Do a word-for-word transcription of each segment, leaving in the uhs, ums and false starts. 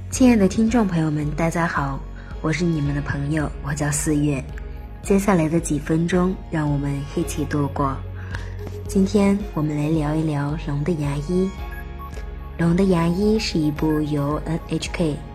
亲爱的听众朋友们，大家好，我是你们的朋友，我叫四月。接下来的几分钟，让我们一起度过。今天我们来聊一聊《龙的牙医》。《龙的牙医》是一部由 N H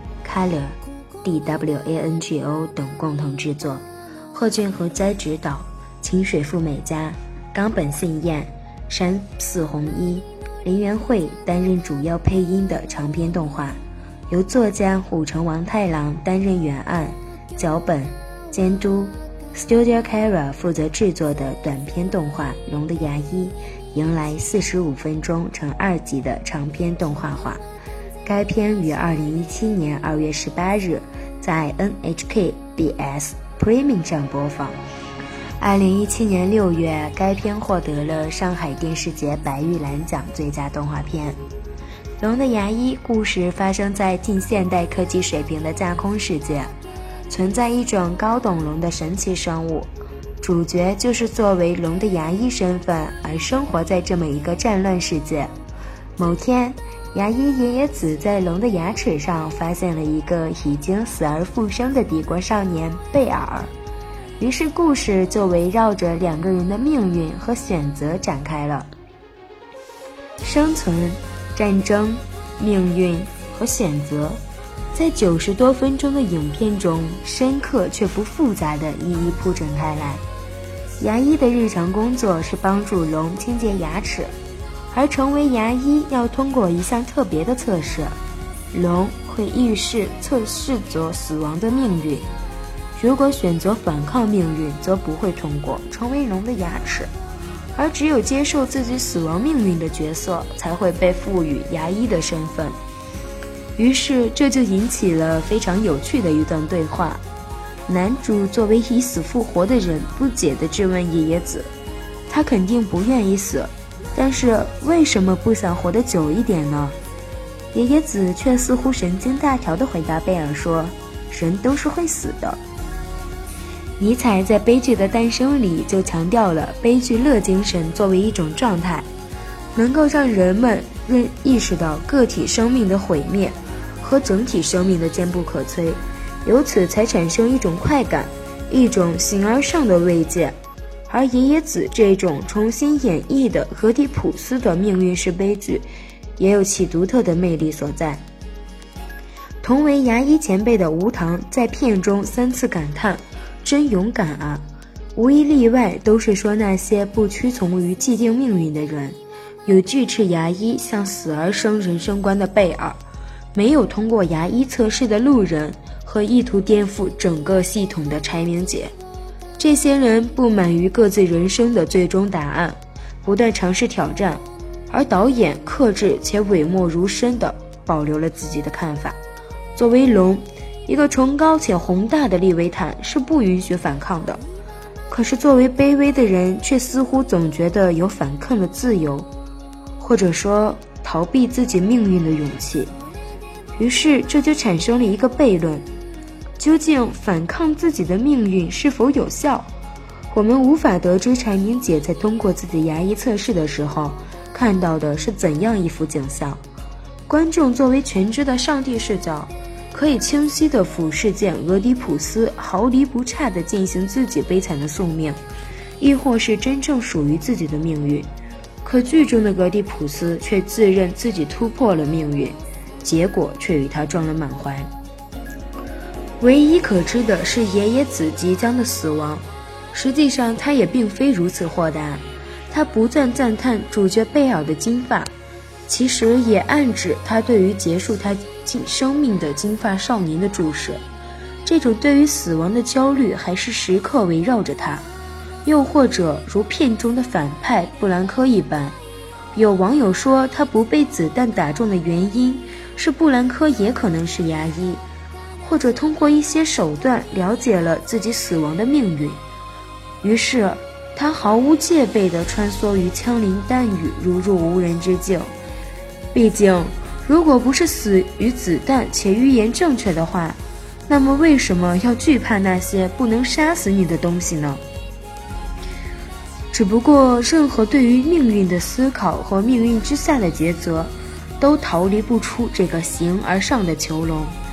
K、Color、D W A N G O 等共同制作，贺峻和哉执导，清水富美嘉、冈本信彦、山寺弘一、林元惠担任主要配音的长篇动画，由作家虎城王太郎担任原案、脚本、监督。Studio Kara 负责制作的短篇动画《龙的牙医》迎来四十五分钟乘二集的长篇动画化。该片于二零一七年二月十八日在 N H K B S Premium 上播放。二零一七年六月，该片获得了上海电视节白玉兰奖最佳动画片。《龙的牙医》故事发生在近现代科技水平的架空世界，存在一种高等龙的神奇生物，主角就是作为龙的牙医身份而生活在这么一个战乱世界。某天，牙医爷爷子在龙的牙齿上发现了一个已经死而复生的帝国少年贝尔，于是故事就围绕着两个人的命运和选择展开了。生存、战争、命运和选择，在九十多分钟的影片中，深刻却不复杂地一一铺陈开来。牙医的日常工作是帮助龙清洁牙齿，而成为牙医要通过一项特别的测试，龙会预示测试者死亡的命运。如果选择反抗命运，则不会通过，成为龙的牙齿，而只有接受自己死亡命运的角色才会被赋予牙医的身份。于是这就引起了非常有趣的一段对话。男主作为以死复活的人，不解地质问爷爷子，他肯定不愿意死，但是为什么不想活得久一点呢？爷爷子却似乎神经大条地回答贝尔说，人都是会死的。尼采在《悲剧的诞生》里就强调了悲剧乐精神作为一种状态，能够让人们认意识到个体生命的毁灭和整体生命的坚不可摧，由此才产生一种快感，一种形而上的慰藉。而爷爷子这种重新演绎的俄狄浦斯的命运式悲剧，也有其独特的魅力所在。同为牙医前辈的吴棠在片中三次感叹，真勇敢啊！无一例外都是说那些不屈从于既定命运的人，有锯齿牙医向死而生人生观的贝尔，没有通过牙医测试的路人和意图颠覆整个系统的柴明姐。这些人不满于各自人生的最终答案，不断尝试挑战，而导演克制且讳莫如深地保留了自己的看法。作为龙，一个崇高且宏大的利维坦是不允许反抗的，可是作为卑微的人，却似乎总觉得有反抗的自由，或者说逃避自己命运的勇气。于是这就产生了一个悖论，究竟反抗自己的命运是否有效？我们无法得知柴明姐在通过自己牙医测试的时候看到的是怎样一幅景象。观众作为全知的上帝视角，可以清晰地俯视见俄狄浦斯毫厘不差地进行自己悲惨的宿命，亦或是真正属于自己的命运。可剧中的俄狄浦斯却自认自己突破了命运，结果却与他撞了满怀。唯一可知的是爷爷子即将的死亡，实际上他也并非如此豁达。他不断赞叹主角贝尔的金发，其实也暗指他对于结束他生命的金发少年的注视。这种对于死亡的焦虑还是时刻围绕着他。又或者如片中的反派布兰科一般，有网友说他不被子弹打中的原因是布兰科也可能是牙医，或者通过一些手段了解了自己死亡的命运，于是他毫无戒备地穿梭于枪林弹雨，如入无人之境。毕竟如果不是死于子弹且预言正确的话，那么为什么要惧怕那些不能杀死你的东西呢？只不过任何对于命运的思考和命运之下的抉择，都逃离不出这个形而上的囚笼。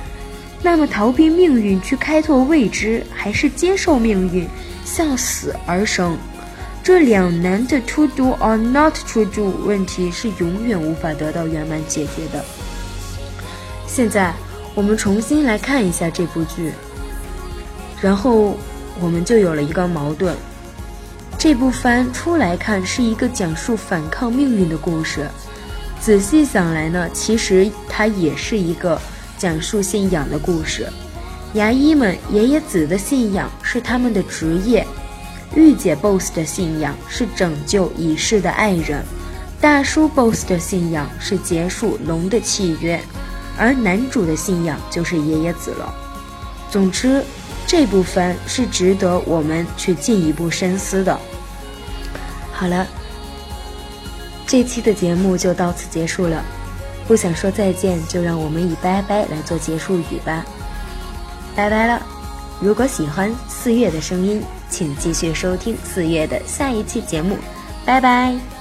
那么逃避命运去开拓未知，还是接受命运向死而生？这两难的 to do or not to do 问题是永远无法得到圆满解决的。现在我们重新来看一下这部剧，然后我们就有了一个矛盾。这部番初来看是一个讲述反抗命运的故事，仔细想来呢，其实它也是一个讲述信仰的故事。牙医们爷爷子的信仰是他们的职业，御姐 boss 的信仰是拯救已逝的爱人，大叔 boss 的信仰是结束龙的契约，而男主的信仰就是爷爷子了。总之这部番是值得我们去进一步深思的。好了，这期的节目就到此结束了，不想说再见，就让我们以拜拜来做结束语吧。拜拜了。如果喜欢四月的声音，请继续收听四月的下一期节目。拜拜。